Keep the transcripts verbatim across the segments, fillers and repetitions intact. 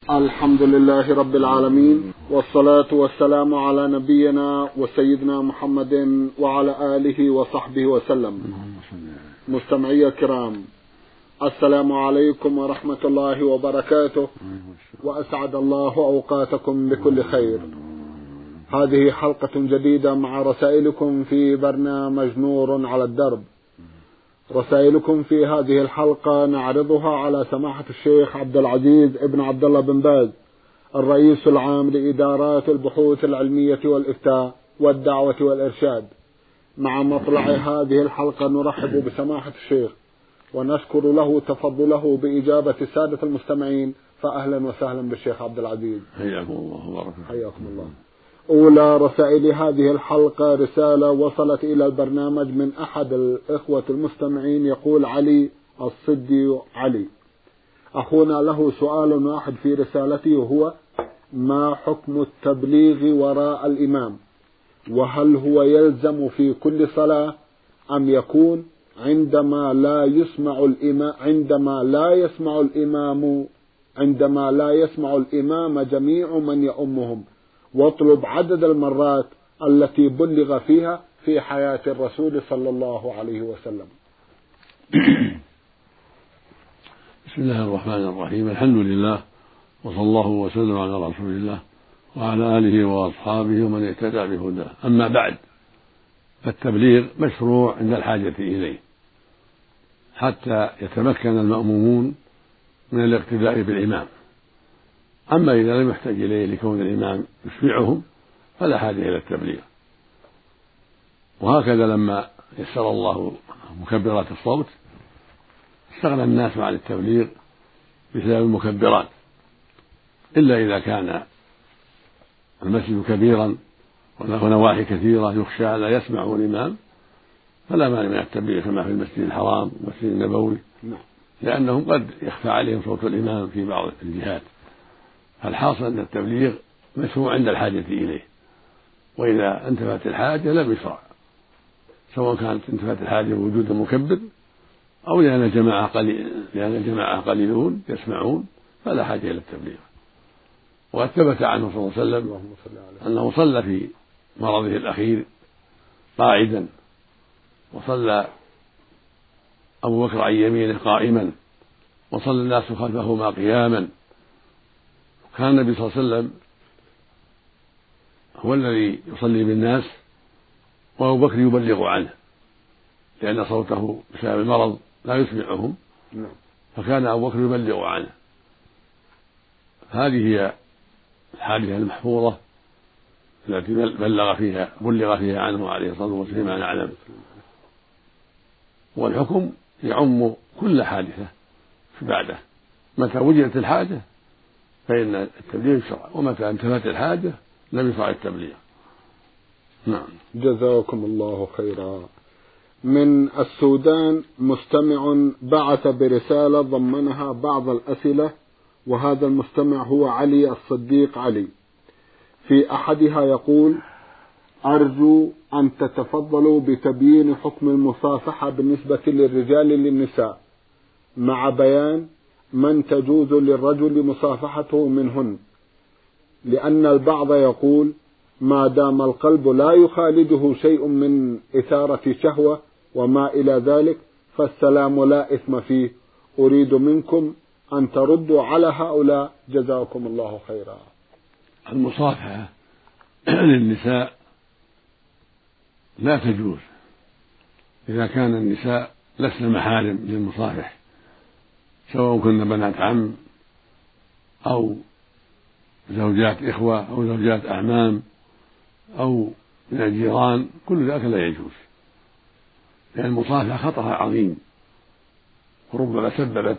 الحمد لله رب العالمين، والصلاة والسلام على نبينا وسيدنا محمد وعلى آله وصحبه وسلم. مستمعي الكرام، السلام عليكم ورحمة الله وبركاته، وأسعد الله أوقاتكم بكل خير. هذه حلقة جديدة مع رسائلكم في برنامج نور على الدرب. رسائلكم في هذه الحلقة نعرضها على سماحة الشيخ عبد العزيز ابن عبد الله بن باز، الرئيس العام لإدارات البحوث العلمية والإفتاء والدعوة والإرشاد. مع مطلع هذه الحلقة نرحب بسماحة الشيخ ونشكر له تفضله بإجابة السادة المستمعين، فأهلا وسهلا بالشيخ عبد العزيز. حياكم الله وبارك. حياكم الله. أولى رسائل هذه الحلقة رسالة وصلت إلى البرنامج من أحد الإخوة المستمعين، يقول علي الصدي علي. أخونا له سؤال واحد في رسالته، وهو: ما حكم التبليغ وراء الإمام؟ وهل هو يلزم في كل صلاة أم يكون عندما لا يسمع الإمام عندما لا يسمع الإمام عندما لا يسمع الإمام جميع من يؤمهم، واطلب عدد المرات التي بلغ فيها في حياة الرسول صلى الله عليه وسلم؟ بسم الله الرحمن الرحيم. الحمد لله، وصلى الله وسلم على رسول الله وعلى آله وأصحابه ومن اهتدى بهداه. أما بعد، فالتبليغ مشروع عند الحاجة إليه حتى يتمكن المأمومون من الاقتداء بالإمام. أما إذا لم يحتاج إليه لكون الإمام يسمعهم فلا حاجة إلى التبليغ. وهكذا لما يسر الله مكبرات الصوت استغنى الناس عن التبليغ بسبب المكبرات، إلا إذا كان المسجد كبيرا ونواحي كثيرة يخشى لا يسمع الإمام فلا مانع من التبليغ، كما في المسجد الحرام والمسجد النبوي، لأنهم قد يخفى عليهم صوت الإمام في بعض الجهات. فالحاصل أن التبليغ مشروع عند الحاجة إليه، وإذا انتفت الحاجة لم يشرع، سواء كانت انتفت الحاجة بوجود المكبر أو لأن الجماعة قليل لأن الجماعة قليلون يسمعون فلا حاجة إلى التبليغ. وقد ثبت عنه صلى الله عليه وسلم أنه صلى في مرضه الأخير قاعدا، وصلى أبو بكر عن يمينه قائما، وصلى الناس خلفهما قياما. كان النبي صلى الله عليه وسلم هو الذي يصلي بالناس وأبو بكر يبلغ عنه، لأن صوته بسبب المرض لا يسمعهم، فكان أبو بكر يبلغ عنه. هذه هي الحادثة المحفوظة التي بلغ فيها بلغ فيها عنه عليه الصلاة والسلام ما نعلم. والحكم يعم كل حادثة بعده، متى وجدت الحاجة فإن التبليغ يشرع، ومتى انتفت الحاجة لم يشرع التبليغ. نعم. جزاكم الله خيرا. من السودان مستمع بعث برسالة ضمنها بعض الأسئلة، وهذا المستمع هو علي الصديق علي. في أحدها يقول: أرجو أن تتفضلوا بتبيين حكم المصافحة بالنسبة للرجال للنساء، مع بيان من تجوز للرجل مصافحته منهن، لأن البعض يقول ما دام القلب لا يخالده شيء من إثارة شهوة وما إلى ذلك فالسلام لا إثم فيه. أريد منكم أن تردوا على هؤلاء، جزاكم الله خيرا. المصافحة للنساء لا تجوز إذا كان النساء لسن محارم للمصافح، سواء كن بنات عم أو زوجات إخوة أو زوجات أعمام أو من الجيران، كل ذلك لا يجوز، لأن المصافحة خطرها عظيم وربما سببت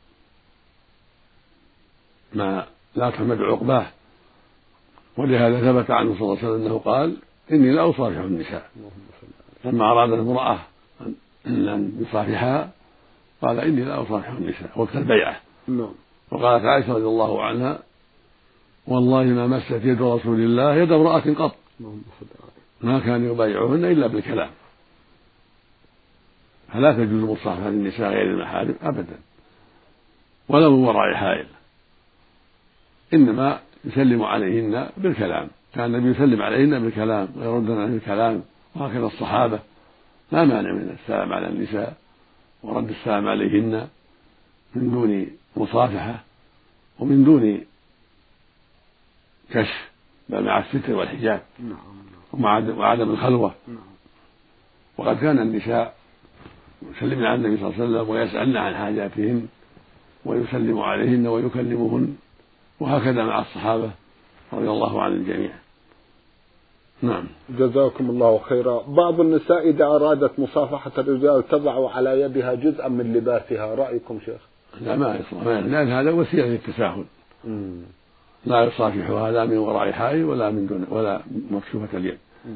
ما لا تحمد عقباه. ولهذا ثبت عنه صلى الله عليه وسلم أنه قال: إني لا أصافح النساء. لما أراد المرأة أن يصافحها قال: إني لا أصافح النساء، وقت البيعة. وقالت عائشة رضي الله عنها: والله ما مست يد رسول الله يد امرأة قط، ما كان يبايعهن إلا بالكلام. فلا تجوز مصافحة النساء غير المحارم أبدا، ولا من وراء حائل. إنما يسلم عليهن بالكلام، كان النبي يسلم عليهن بالكلام ويردن عليه بالكلام، وهكذا الصحابة لا مانع من السلام على النساء ورد السلام عليهن من دون مصافحة ومن دون كشف، بل مع الستر والحجاب وعدم الخلوة. وقد كان النساء يسلمن على النبي صلى الله عليه وسلم ويسألن عن حاجاتهن ويسلم عليهن ويكلمهن، وهكذا مع الصحابة رضي الله عن الجميع. نعم. جزاكم الله خيرا. بعض النساء إذا أرادت مصافحة الرجال تضع على يدها جزءا من لباسها، رأيكم شيخ؟ لا ما يصلح، لأن هذا وسيلة للتساهل، لا يصافحها لا من وراء حائل ولا من دون ولا مكشوفة اليد،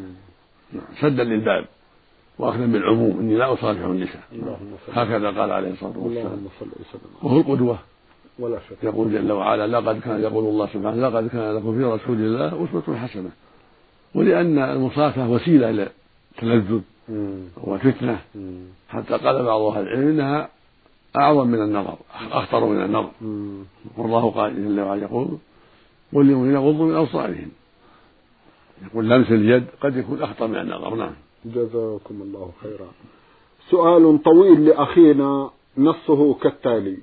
سدا للباب وأخذا بالعموم، إني لا أصافح النساء، هكذا قال عليه الصلاة والسلام، وهو القدوة. ولا شك. يقول جل وعلا: لقد كان يقول الله سبحانه: لقد كان لكم في رسول الله أسوة حسنة. ولأن المصافحة وسيلة إلى تلذذ وفتنة، حتى قال بعض أهل العلم إنها أعظم من النظر، أخطر من النظر. والله قال جل وعلا يقول: والذين يغضوا من أبصارهم. يقول لمس اليد قد يكون أخطر من النظر. نعم. جزاكم الله خيرا. سؤال طويل لأخينا نصه كالتالي: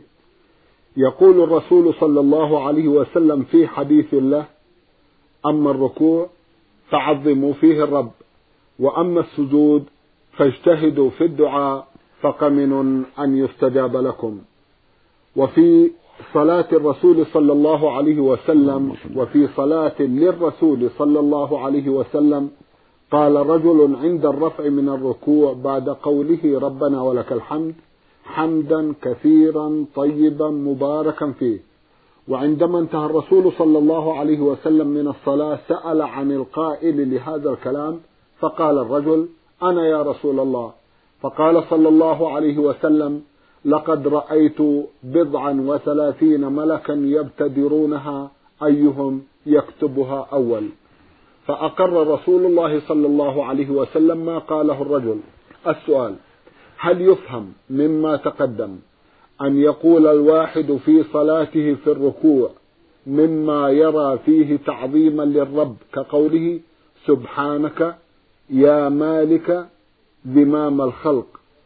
يقول الرسول صلى الله عليه وسلم في حديث له: أما الركوع فعظموا فيه الرب، وأما السجود فاجتهدوا في الدعاء فقمن أن يستجاب لكم. وفي صلاة الرسول صلى الله عليه وسلم وفي صلاة للرسول صلى الله عليه وسلم قال رجل عند الرفع من الركوع بعد قوله ربنا ولك الحمد: حمدا كثيرا طيبا مباركا فيه. وعندما انتهى الرسول صلى الله عليه وسلم من الصلاة سأل عن القائل لهذا الكلام، فقال الرجل: أنا يا رسول الله. فقال صلى الله عليه وسلم: لقد رأيت بضعا وثلاثين ملكا يبتدرونها أيهم يكتبها أول. فأقر رسول الله صلى الله عليه وسلم ما قاله الرجل. السؤال: هل يفهم مما تقدم أن يقول الواحد في صلاته في الركوع مما يرى فيه تعظيما للرب كقوله سبحانك يا مالك ذمام الخلق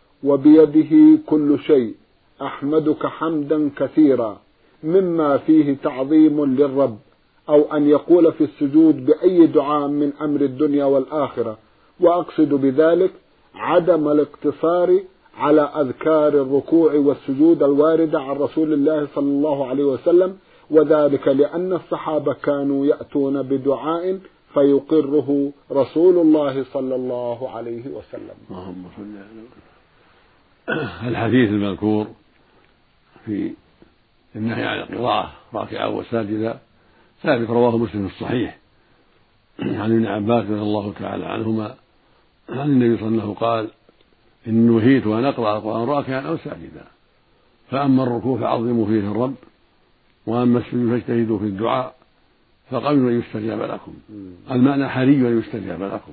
وبيده كل شيء أحمدك حمدا كثيرا، مما فيه تعظيم للرب؟ أو أن يقول في السجود بأي دعاء من أمر الدنيا والآخرة، وأقصد بذلك عدم الاقتصار على أذكار الركوع والسجود الواردة عن رسول الله صلى الله عليه وسلم، وذلك لأن الصحابة كانوا يأتون بدعاء فيقره رسول الله صلى الله عليه وسلم. اللهم صل على الحديث المذكور في النهي عن القراءة راكعا وساجدا ثابت، رواه مسلم في الصحيح عن ابن عباس رضي الله تعالى عنهما عن النبي صلى الله عليه وسلم قال: إن نهيت أن أقرأ القرآن راكعا أو ساجدا، فأما الركوع فعظموا فيه الرب، وأما السجود فاجتهدوا في الدعاء فقبلوا أن يستجاب لكم. المعنى حري أن يستجاب لكم.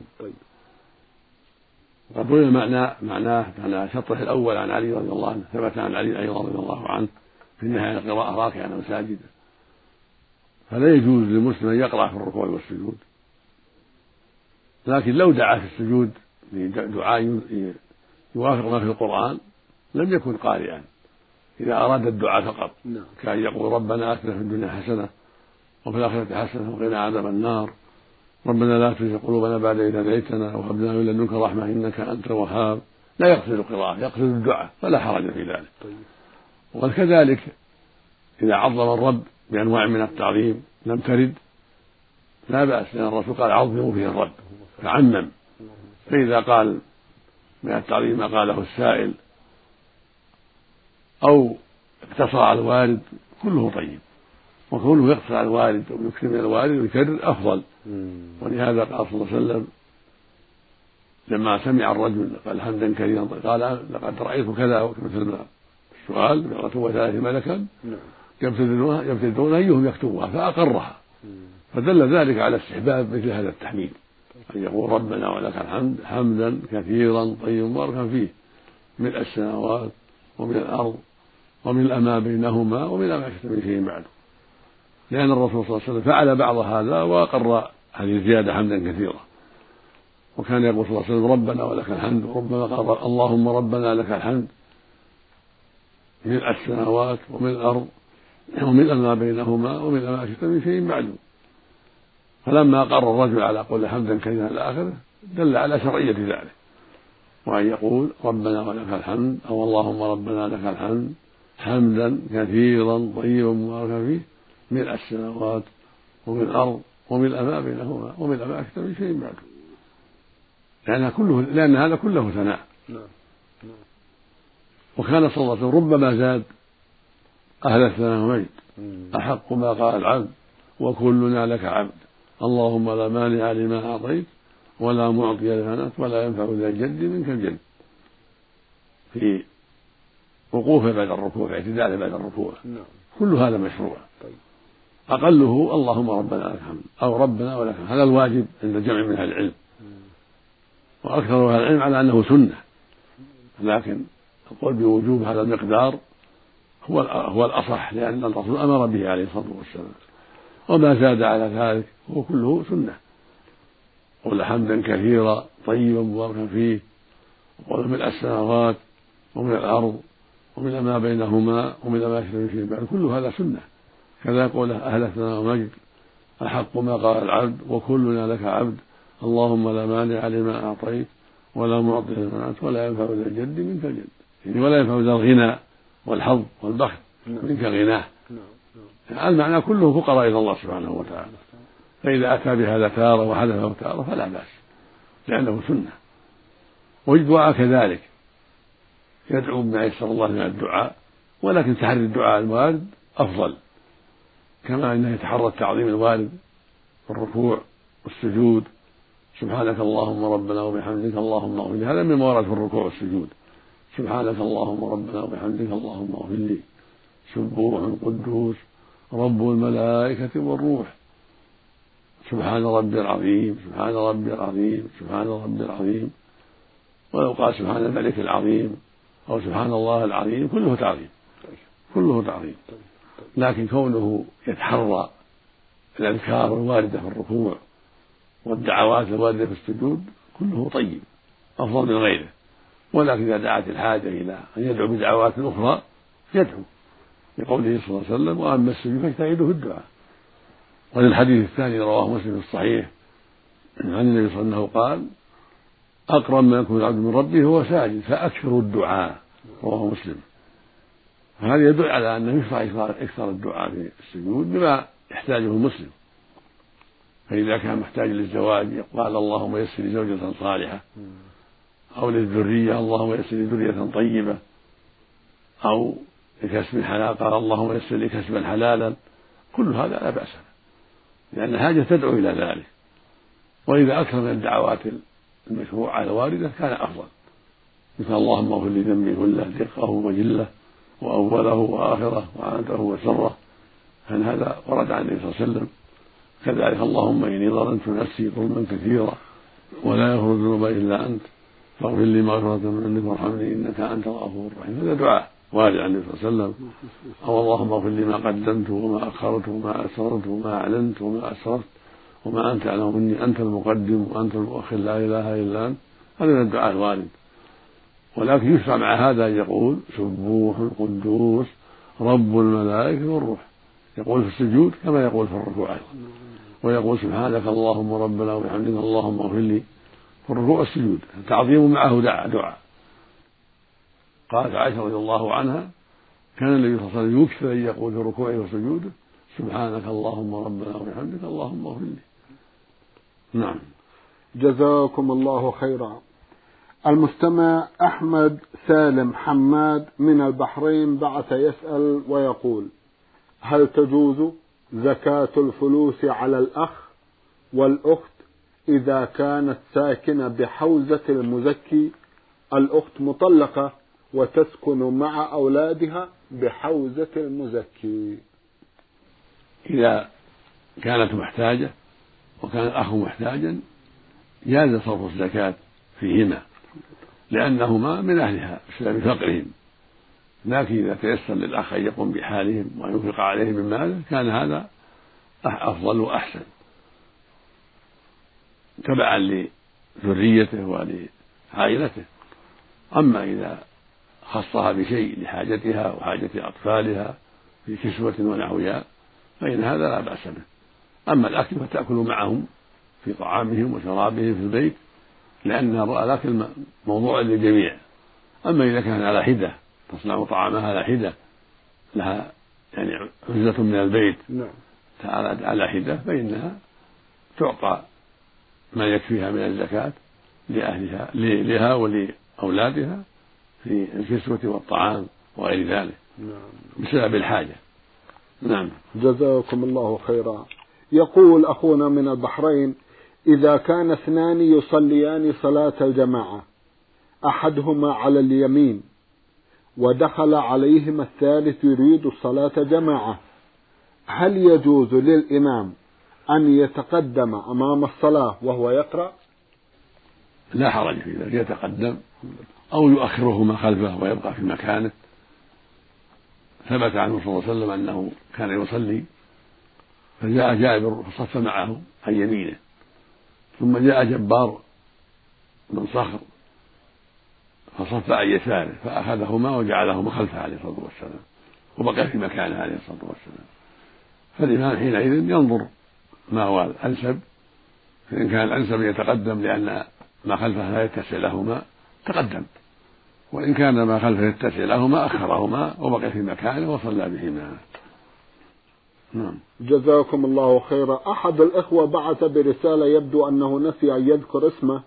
وقد روي معناه معناه على شطره الأول عن علي رضي الله عنه، ثبت عن علي أيضا رضي الله عنه في النهاية القراءة راكعا أو ساجدا. فلا يجوز للمسلم أن يقرأ في الركوع والسجود، لكن لو دعا في السجود بدعاء يوافق ما في القرآن لم يكن قارئا إذا أراد الدعاء فقط، كان يقول ربنا آتنا في الدنيا حسنة وفي الآخرة حسنة وقنا عذاب النار، ربنا لا تزغ قلوبنا بعد إذ هديتنا وهب لنا من لدنك رحمة إنك أنت الوهاب. لا يقصد القراءة، يقصد الدعاء، فلا حرج في ذلك. وكذلك إذا عظم الرب بأنواع من التعظيم لم ترد لا بأس، لأن الرسول قال عظموا فيه الرب فعمم. فإذا قال من التعظيم ما قاله السائل أو اقتصر على الوارد كله طيب، وكونه يقتصر على الوارد ويكثر من الوارد ويكرر أفضل. ولهذا قال صلى الله عليه وسلم لما سمع الرجل قال حمدا كثيرا قال: لقد رأيت كذا، مثل السؤال مئة وثلاث ملكا يبتدرون أيهم يكتبها، فأقرها، فدل ذلك على استحباب مثل هذا التحميد، أن يقول ربنا ولك الحمد حمدا كثيرا طيبا مباركا فيه ملء السماوات ومن الأرض ومن ما بينهما ومن ما شئت من شيء بعده. لأن الرسول صلى الله عليه وسلم فعل بعض هذا وأقر هذه الزيادة حمدا كثيرا، وكان يقول صلى الله عليه وسلم ربنا ولك الحمد، وربما قال اللهم ربنا لك الحمد ملء السماوات وملء الأرض وملء ما بينهما وملء ما شئت من شيء بعد. فلما أقر الرجل على قول حمدا كثيرا إلى آخره دل على شرعية ذلك، وأن يقول ربنا ولك الحمد أو اللهم ربنا لك الحمد حمدا كثيرا طيبا مباركا فيه ملء السماوات وملء الأرض وملء ما بينهما وملء ما شئت من شيء بعد، لأن كله لأن هذا كله ثناء. وكان صلى الله عليه وسلم ربما زاد أهل الثناء والمجد أحق ما قال العبد وكلنا لك عبد اللهم لا مانع لما أعطيت ولا معطي لما منعت ولا ينفع ذا الجد منك الجد، في وقوفه بعد الركوع اعتداله بعد الركوع، كل هذا مشروع. أقله اللهم ربنا لك الحمد أو ربنا ولك الحمد، هذا الواجب عند جمع من أهل العلم، وأكثر أهل العلم على أنه سنة، لكن القول بوجوب هذا المقدار هو هو الأصح، لأن الرسول أمر به عليه الصلاة والسلام، وما زاد على ذلك هو كله سنة. قل حمدا كثيرا طيبا مباركا فيه، وقل ملء السماوات ومن الأرض ومن ما بينهما ومن ما شئت من شيء بعد، كل هذا سنة. كذا يقول أهل الثناء والمجد أحق ما قال العبد وكلنا لك عبد اللهم لا مانع لما أعطيت ولا معطي لما منعت ولا ينفع ذا الجد منك الجد، يعني ولا ينفع ذا الغنى والحظ والبخت منك غناه. المعنى كله فقراء إلى الله سبحانه وتعالى، فإذا أتى بهذا تارة وحذفه تارة فلا بأس لأنه سنة. والدعاء كذلك يدعو بما يسر الله من الدعاء، ولكن تحري الدعاء الوارد أفضل، كما أنه يتحرى التعظيم الوارد في الركوع والسجود، سبحانك اللهم ربنا وبحمدك اللهم اغفر لي، هذا مما ورد في الركوع والسجود، سبحانك اللهم ربنا وبحمدك اللهم اغفر لي سبوح قدوس رب الملائكة والروح سبحان ربي العظيم سبحان ربي العظيم سبحان ربي العظيم. ولو قال سبحان الملك العظيم أو سبحان الله العظيم كله تعظيم، كله تعظيم، لكن كونه يتحرى الأذكار الواردة في الركوع والدعوات الواردة في السجود كله طيب أفضل من غيره. ولكن إذا دعت الحاجة إلى أن يدعو بدعوات أخرى يدعو، لقوله صلى الله عليه وسلم وأما السجود فاجتهدوا في الدعاء. وللحديث الثاني رواه مسلم في الصحيح عن النبي صلى الله عليه وسلم قال أقرب ما يكون العبد من ربه هو ساجد فأكثروا الدعاء، رواه مسلم. فهذا يدل على أنه يشرع إكثار الدعاء في السجود بما يحتاجه المسلم، فإذا كان محتاج للزواج قال اللهم يسر لي زوجة صالحة، أو للذرية اللهم يسر لي ذرية طيبة، أو لكسب حلال قال اللهم يسر لي كسبا حلالا، كل هذا لا بأس لأن حاجة تدعو إلى ذلك. وإذا أكثر من الدعوات المشروعة الواردة كان أفضل، مثل اللهم اغفر لي ذنبي كله دقه وجله وأوله وآخره وعادته وسره، فإن هذا ورد عن النبي صلى الله عليه وسلم. كذلك اللهم إني ظلمت نفسي ظلما كثيرا ولا يغفر الذنوب إلا أنت فاغفر لي مغفرة من عندك وارحمني إنك أنت الغفور الرحيم، هذا دعاء وارد عن النبي صلى الله عليه وسلم. أو اللهم اغفر لي ما قدمت وما أخرت وما أسررت وما أعلنت وما أسررت وما أنت أعلم مني أنت المقدم وأنت المؤخر لا إله إلا أنت، هذا من الدعاء الوارد. ولكن يشرع مع هذا أن يقول سبوح قدوس رب الملائكة والروح، يقول في السجود كما يقول في الركوع أيضا، ويقول سبحانك اللهم ربنا وبحمدك اللهم اغفر لي في الركوع والسجود، تعظيم معه دعاء. قالت عائشة رضي الله عنها كان النبي صلى الله عليه وسلم يكثر أن يقول في ركوعه وسجوده سبحانك اللهم ربنا وبحمدك اللهم اغفر لي. نعم. جزاكم الله خيرا. المستمع أحمد سالم حماد من البحرين بعث يسأل ويقول: هل تجوز زكاة الفلوس على الأخ والأخت إذا كانت ساكنة بحوزة المزكي؟ الأخت مطلقة وتسكن مع أولادها بحوزة المزكي. إذا كانت محتاجة وكان الأخ محتاجا جاز صرف الزكاة فيهما لأنهما من أهلها بسبب فقرهم، لكن إذا تيسر للأخ أن يقوم بحالهم وينفق عليهم من ماله كان هذا أفضل وأحسن تبعا لذريته ولعائلته. أما إذا خصها بشيء لحاجتها وحاجة أطفالها في كسوة ونحوها فإن هذا لا بأس به. أما الأكل فتأكل معهم في طعامهم وشرابهم في البيت، لأن الأكل موضوع للجميع. أما إذا كان على حدة تصنع طعامها على حدة لها يعني عزلة من البيت على حدة فإنها تعطى ما يكفيها من الزكاة لأهلها لها ولأولادها في الكسوة والطعام وغير ذلك بسبب الحاجة. نعم. جزاكم الله خيرا. يقول أخونا من البحرين: إذا كان اثنان يصليان صلاة الجماعة أحدهما على اليمين ودخل عليهما الثالث يريد الصلاة جماعة، هل يجوز للإمام أن يتقدم أمام الصلاة وهو يقرأ؟ لا حرج في ذلك، يتقدم أو يؤخرهما خلفه ويبقى في مكانه. ثبت عنه صلى الله عليه وسلم أنه كان يصلي فجاء جابر فصف معه عن يمينه، ثم جاء جبار بن صخر فصف عن يساره فأخذهما وجعلهما خلفه عليه الصلاة والسلام وبقي في مكانه عليه الصلاة والسلام. فالإمام حينئذ ينظر ما هو الأنسب، فإن كان الأنسب يتقدم لأن ما خلفه لا يتسع لهما تقدم، وإن كان ما خلفه يتسع لهما أخرهما وبقي في مكانه وصلى بهما. نعم. جزاكم الله خيرا. أحد الإخوة بعث برسالة يبدو أنه نسي أن يذكر اسمه،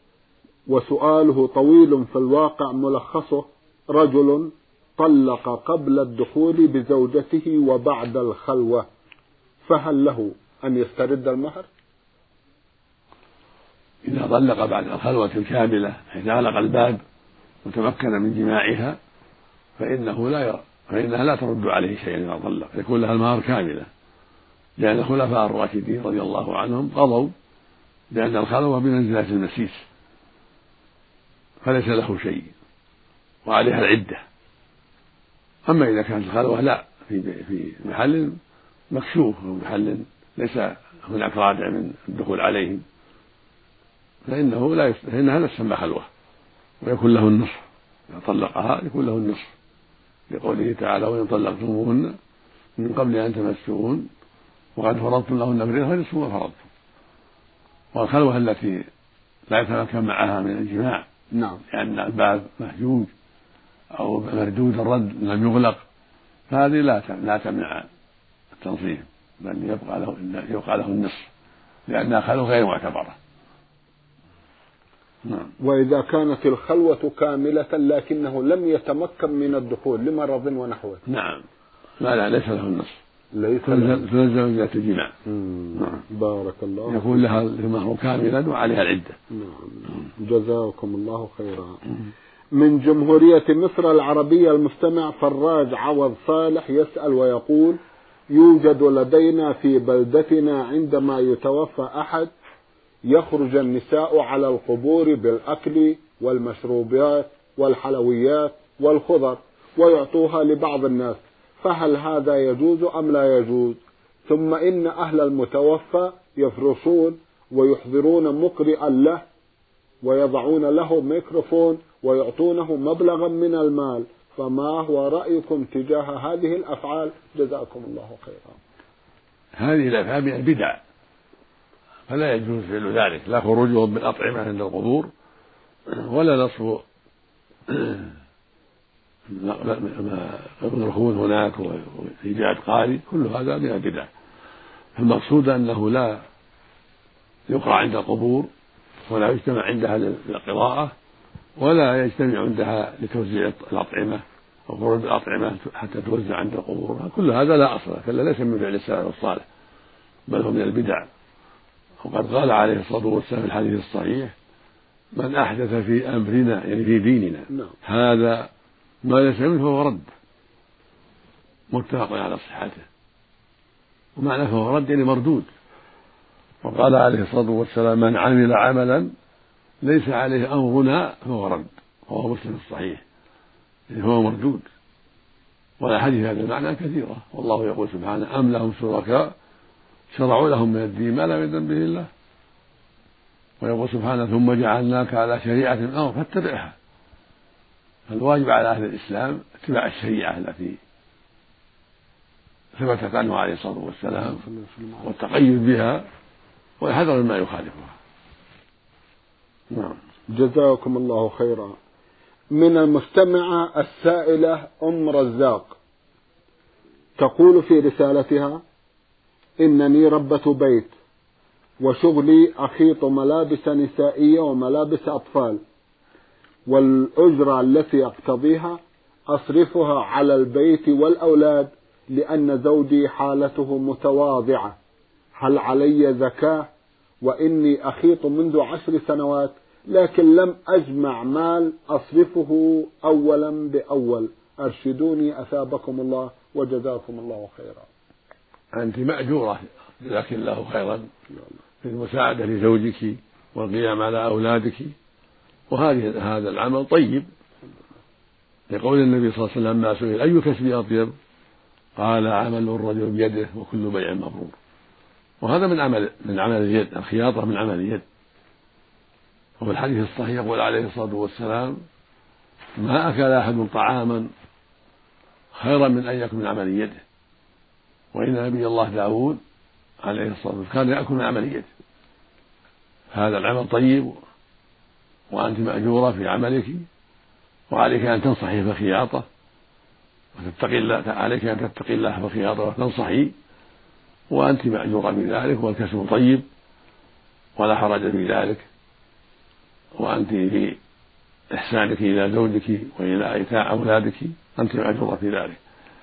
وسؤاله طويل في الواقع ملخصه: رجل طلق قبل الدخول بزوجته وبعد الخلوة، فهل له أن يسترد المهر؟ إذا طلق بعد الخلوة الكاملة حيث أغلق الباب وتمكن من جماعها فإنه لا يرى فإنها لا ترد عليه شيئا إذا طلق، يكون لها المهر كاملة، لأن الخلفاء الراشدين رضي الله عنهم قضوا بأن الخلوة بمنزلة المسيس فليس له شيء وعليها العدة. أما إذا كانت الخلوة لا في في محل مكشوف أو محل ليس هناك رادع من الدخول عليهم فإنه لا يست... فإنها لا تسمى خلوة ويكون له النصف. إذا طلقها يكون له النصف لقوله تعالى: وإن طلقتموهن من قبل أن تمسوهن وقد فرضتم لهن فريضة فنصف ما فرضتم. والخلوة التي لا يتمكن معها من الجماع نعم لأن الباب مهجوج أو مردود الرد لم يغلق فهذه لا لا تمنع التنصيف، بل يبقى له يبقى له النصف لأنها خلوة غير معتبرة. نعم. وإذا كانت الخلوة كاملة لكنه لم يتمكن من الدخول لمرض ونحوه، نعم لا لا ليس له النصف، ليس تنزل ذات الجماع. نعم. بارك الله. يكون لها المهر كاملا وعليها العدة. نعم. جزاكم الله خيرا. من جمهورية مصر العربية المستمع فراج عوض صالح يسأل ويقول: يوجد لدينا في بلدتنا عندما يتوفى أحد يخرج النساء على القبور بالأكل والمشروبات والحلويات والخضر ويعطوها لبعض الناس، فهل هذا يجوز أم لا يجوز؟ ثم إن أهل المتوفى يفرشون ويحضرون مقرئا له ويضعون له ميكروفون ويعطونه مبلغا من المال، فما هو رأيكم تجاه هذه الأفعال؟ جزاكم الله خيرا. هذه الأفعال من البدع فلا يجوز فعل ذلك، لا خروجهم بالأطعمة عند القبور ولا نصب يدركون هناك وإيجاد قارئ، كل هذا من البدع. المقصود أنه لا يقرأ عند القبور ولا يجتمع عندها للقراءة ولا يجتمع عندها لتوزيع الأطعمة أو خروج الأطعمة حتى توزع عند القبور، كل هذا لا أصل له، ليس من فعل السلف الصالح بل هو من البدع. وقد قال عليه الصلاة والسلام في الحديث الصحيح: من أحدث في أمرنا يعني في ديننا هذا ما ليس منه فهو رد، متفق على صحته، ومعنى فهو رد يعني مردود. وقال عليه الصلاة والسلام: من عمل عملا ليس عليه أمرنا فهو رد، وهو مسلم الصحيح، يعني هو مردود. والأحاديث هذا المعنى كثيرة، والله يقول سبحانه: أم لهم شركاء شرعوا لهم من الدين ما لم يأذن به الله. ويقول سبحانه ثم جعلناك على شريعة من الأمر فاتبعها. فالواجب على أهل الإسلام اتباع الشريعة التي ثبتت عنه عليه الصلاة والسلام والتقيد بها والحذر مما يخالفها. نعم. جزاكم الله خيرا. من المستمعة السائلة أم رزاق تقول في رسالتها: إنني ربة بيت وشغلي أخيط ملابس نسائية وملابس أطفال، والأجرة التي أقتضيها أصرفها على البيت والأولاد لأن زوجي حالته متواضعة، هل علي زكاة؟ وإني أخيط منذ عشر سنوات لكن لم أجمع مال أصرفه أولا بأول، أرشدوني أثابكم الله وجزاكم الله خيرا. أنت مأجورة جزاك الله خيرا في المساعدة لزوجك والقيام على أولادك، وهذه هذا العمل طيب، لقول النبي صلى الله عليه وسلم ما سئل أي كسب أطيب قال عمل الرجل بيده وكل بيع مبرور. وهذا من عمل من عمل اليد، الخياطة من عمل اليد. وفي الحديث الصحيح يقول عليه الصلاة والسلام: ما أكل أحد طعاما خيرا من أن يأكل من عمل يده. وإن نبي الله داود عليه الصلاة والسلام كان يأكل من عمل يده. هذا العمل طيب، وأنت مأجورة في عملك، وعليك أن تنصحي في الخياطة وتتقي الله، عليك أن تتقي الله في الخياطة وتنصحي، وأنت مأجورة بذلك، والكسب طيب ولا حرج في ذلك، وأنت في إحسانك إلى زوجك وإلى إيتاء أولادك أنت مأجورة في ذلك.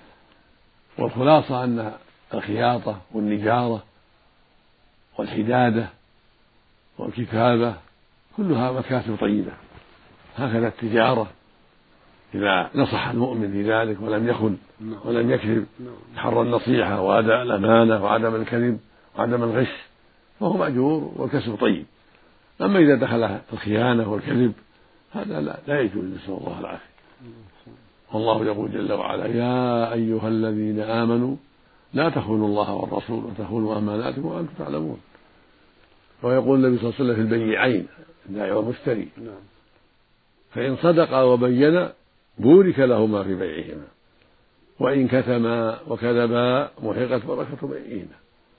والخلاصة أن الخياطة والنجارة والحدادة والكتابة كلها مكاسب طيبة. هكذا التجارة إذا نصح المؤمن في ذلك ولم يخن ولم يكذب، حر النصيحة وأداء الأمانة وعدم الكذب وعدم الغش، فهو مأجور والكسب طيب. أما إذا دخل في الخيانة والكذب هذا لا, لا يجوز، نسأل الله العافية. والله يقول جل وعلا: يا أيها الذين آمنوا لا تخونوا الله والرسول وتخونوا أماناتكم وأنتم تعلمون. ويقول النبي صلى الله عليه وسلم في البيعين البائع والمشتري: فإن صدقا وبينا بورك لهما في بيعهما، وإن كتما وكذبا محقت بركة بيعهما.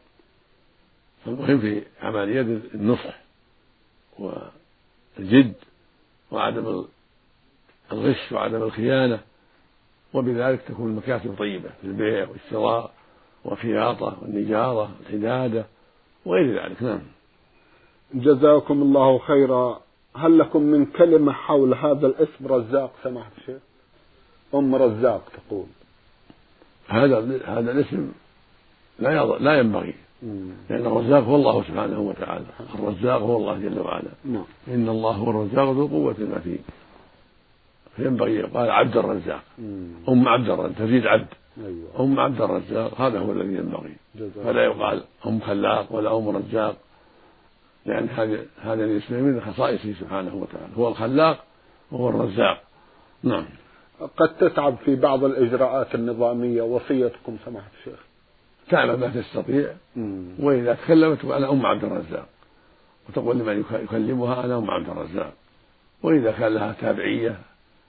فالمهم في عمل يد النصح والجد وعدم الغش وعدم الخيانة، وبذلك تكون المكاسب طيبة في البيع والشراء والخياطة والنجارة والحدادة وغير ذلك. نعم. جزاكم الله خيرا. هل لكم من كلمة حول هذا الاسم رزاق سماحة الشيخ؟ أم رزاق تقول هذا هذا الاسم لا لا ينبغي، لأن الرزاق هو الله سبحانه وتعالى، الرزاق هو الله جل وعلا. نعم. إن الله هو الرزاق ذو القوة المتين، فينبغي قال عبد الرزاق. أم عبد الرزاق تزيد عبد. أيوة. أم عبد الرزاق هذا هو الذي ينبغي، فلا يقال أم خلاق ولا أم رزاق، لأن هذا هذا الاسم من خصائصه سبحانه وتعالى، هو الخلاق وهو الرزاق. نعم. قد تتعب في بعض الإجراءات النظامية، وصيتكم سماحة الشيخ؟ تعمل ما تستطيع، وإذا تكلمت أنا أم عبد الرزاق، وتقول لمن يكلمها أنا أم عبد الرزاق، وإذا كان لها تابعية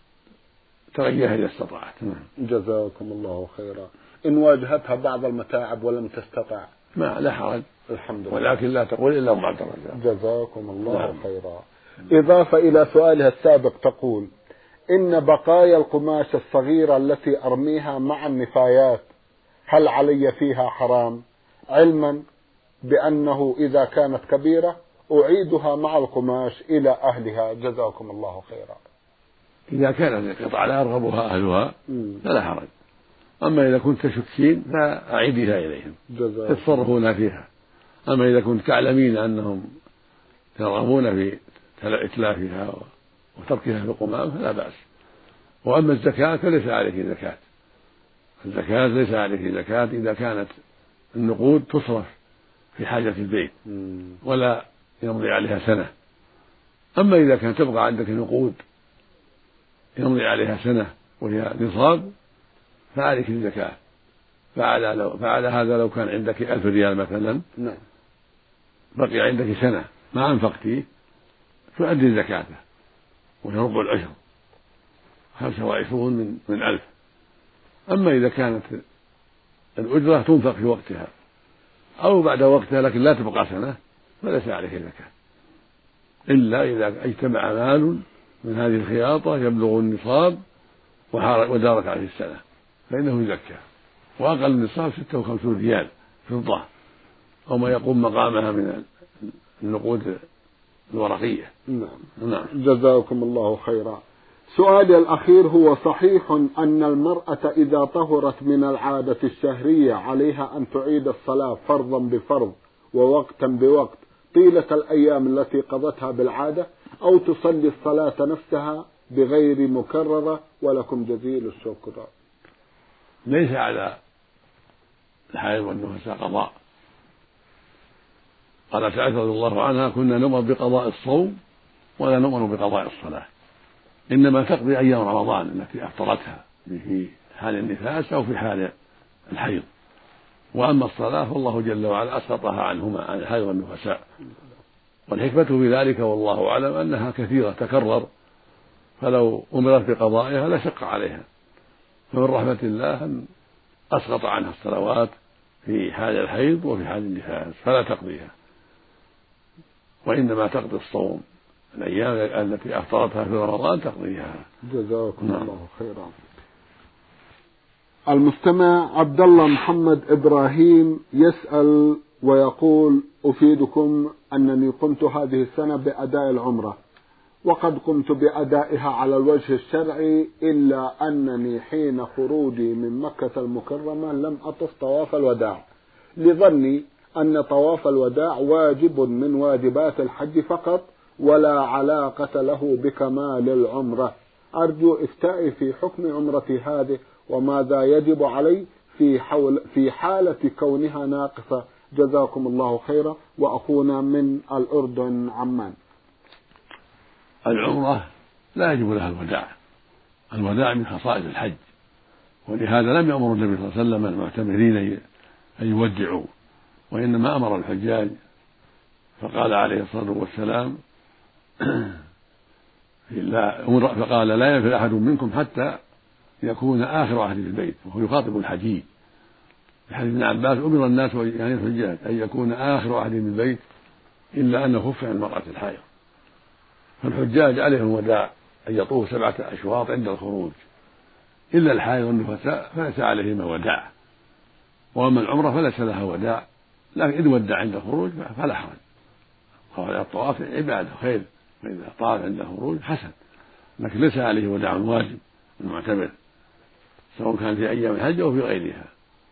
تغيرها إذا استطاعت. جزاكم الله خيرا. إن واجهتها بعض المتاعب ولم تستطع ما لا حرج، الحمد لله، ولكن لا تقول إلا أم عبد الرزاق. جزاكم الله نعم. خيرا. إضافة إلى سؤالها السابق تقول: إن بقايا القماش الصغيرة التي أرميها مع النفايات هل علي فيها حرام، علما بأنه إذا كانت كبيرة أعيدها مع القماش إلى أهلها؟ جزاكم الله خيرا. إذا كانت القطعة لا يرغبها أهلها فلا حرج، أما إذا كنت تشكين فأعيدها إليهم يتصرفون فيها. أما إذا كنت تعلمين أنهم يرغبون في إتلافها وتركها في القمام فلا بأس. وأما الزكاة فليس عليك زكاة، الزكاة ليس عليك زكاة إذا كانت النقود تصرف في حاجة البيت ولا يمضي عليها سنة. أما إذا كانت تبقى عندك نقود يمضي عليها سنة وهي نصاب فعليك الزكاة، فعل, لو فعل هذا لو كان عندك ألف ريال مثلا نعم. بقي عندك سنة ما أنفقتيه تؤدي زكاته وهي ربع العشر خمسة وعشرون من, من ألف. أما إذا كانت الأجرة تنفق في وقتها أو بعد وقتها لكن لا تبقى سنة فليس عليه زكاة إلا إذا اجتمع مال من هذه الخياطة يبلغ النصاب ودارت عليه السنة فإنه يزكى. وأقل النصاب ستة وخمسون ريال فضة أو ما يقوم مقامها من النقود الورقية. نعم. نعم. جزاكم الله خيرا. سؤالي الأخير هو: صحيح أن المرأة إذا طهرت من العادة الشهرية عليها أن تعيد الصلاة فرضا بفرض ووقتا بوقت طيلة الأيام التي قضتها بالعادة، أو تصلي الصلاة نفسها بغير مكررة؟ ولكم جزيل الشكر. ليس على الحائض والنفساء قضاء. قالت عائشة رضي الله عنها: كنا نؤمر بقضاء الصوم ولا نؤمر بقضاء الصلاة، إنما تقضي أيام رمضان التي أفطرتها في حال النفاس أو في حال الحيض، وأما الصلاة فالله جل وعلا أسقطها عنهما عن الحيض والنفساء. والحكمة في ذلك والله أعلم أنها كثيرة تكرر، فلو أمرت بقضائها لشق عليها، فمن رحمة الله أن أسقط عنها الصلوات في حال الحيض وفي حال النفاس فلا تقضيها، وإنما تقضي الصوم الأيام التي أفطرتها في رمضان تقضيها. جزاكم نعم. الله خيرا. المستمع عبد الله محمد إبراهيم يسأل ويقول: أفيدكم أنني قمت هذه السنة بأداء العمرة، وقد قمت بأدائها على الوجه الشرعي، إلا أنني حين خروجي من مكة المكرمة لم أطف طواف الوداع، لظني أن طواف الوداع واجب من واجبات الحج فقط ولا علاقة له بكمال العمرة. أرجو إفتائي في حكم عمرتي هذه، وماذا يجب علي في, حول في حالة كونها ناقصة. جزاكم الله خيرا، وأخونا من الأردن عمان. العمرة لا يجب لها الوداع، الوداع من خصائص الحج، ولهذا لم يأمر النبي صلى الله عليه وسلم المعتمرين أن يودعوا، وإنما أمر الحجاج فقال عليه الصلاة والسلام فقال: لا ينفر أحد منكم حتى يكون آخر عهده في البيت، وهو يخاطب الحجيج. في حديث ابن عباس: أمر الناس يعني الحجاج أن يكون آخر عهده في البيت إلا أن خف عن المرأة الحائض. فالحجاج عليهم الوداع أن يطوف سبعة أشواط عند الخروج، إلا الحائض والنفساء فليس عليهما وداع. وأما العمرة فليس لها وداع، لكن إذ ودع عند الخروج فلا حرج. قال: الطواف عبادة خير، فإذا طاف عند الخروج حسن، لكن ليس عليه وداع واجب المعتمر، سواء كان في أيام الحج أو في غيرها.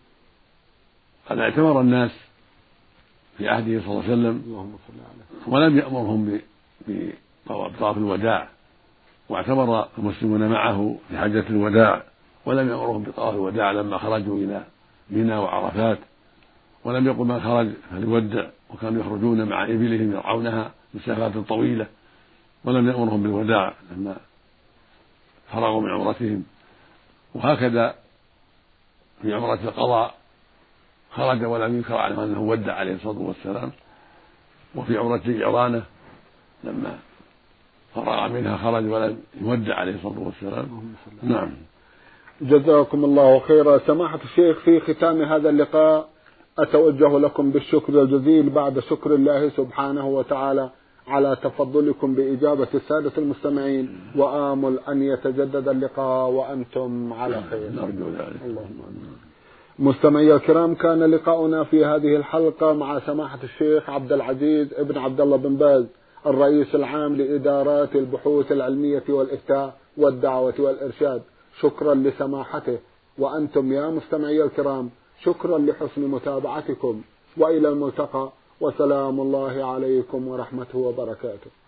قد اعتمر الناس في عهده صلى الله عليه وسلم ولم يأمرهم بطواف الوداع، واعتمر المسلمون معه في حجة الوداع ولم يأمرهم بطواف الوداع لما خرجوا إلى منى وعرفات، ولم يقل من خرج فليودع، وكانوا يخرجون مع إبلهم يرعونها مسافات طويلة، ولم يأمرهم بالوداع لما فرغوا من عمرتهم. وهكذا في عمرة القضاء خرج ولم ينكر عنه أنه ودع عليه الصلاة والسلام، وفي عمرة الجعرانة لما فرغ منها خرج ولم يودع عليه الصلاة والسلام. نعم. جزاكم الله خيرا. سماحة الشيخ، في ختام هذا اللقاء أتوجه لكم بالشكر الجزيل بعد شكر الله سبحانه وتعالى على تفضلكم بإجابة السادة المستمعين، وآمل أن يتجدد اللقاء وأنتم على خير. نرجو ذلك. اللهم مستمعي الكرام، كان لقاؤنا في هذه الحلقة مع سماحة الشيخ عبد العزيز ابن عبد الله بن باز، الرئيس العام لإدارات البحوث العلمية والإفتاء والدعوة والإرشاد. شكرا لسماحته، وأنتم يا مستمعي الكرام شكرا لحسن متابعتكم، وإلى الملتقى، وسلام الله عليكم ورحمته وبركاته.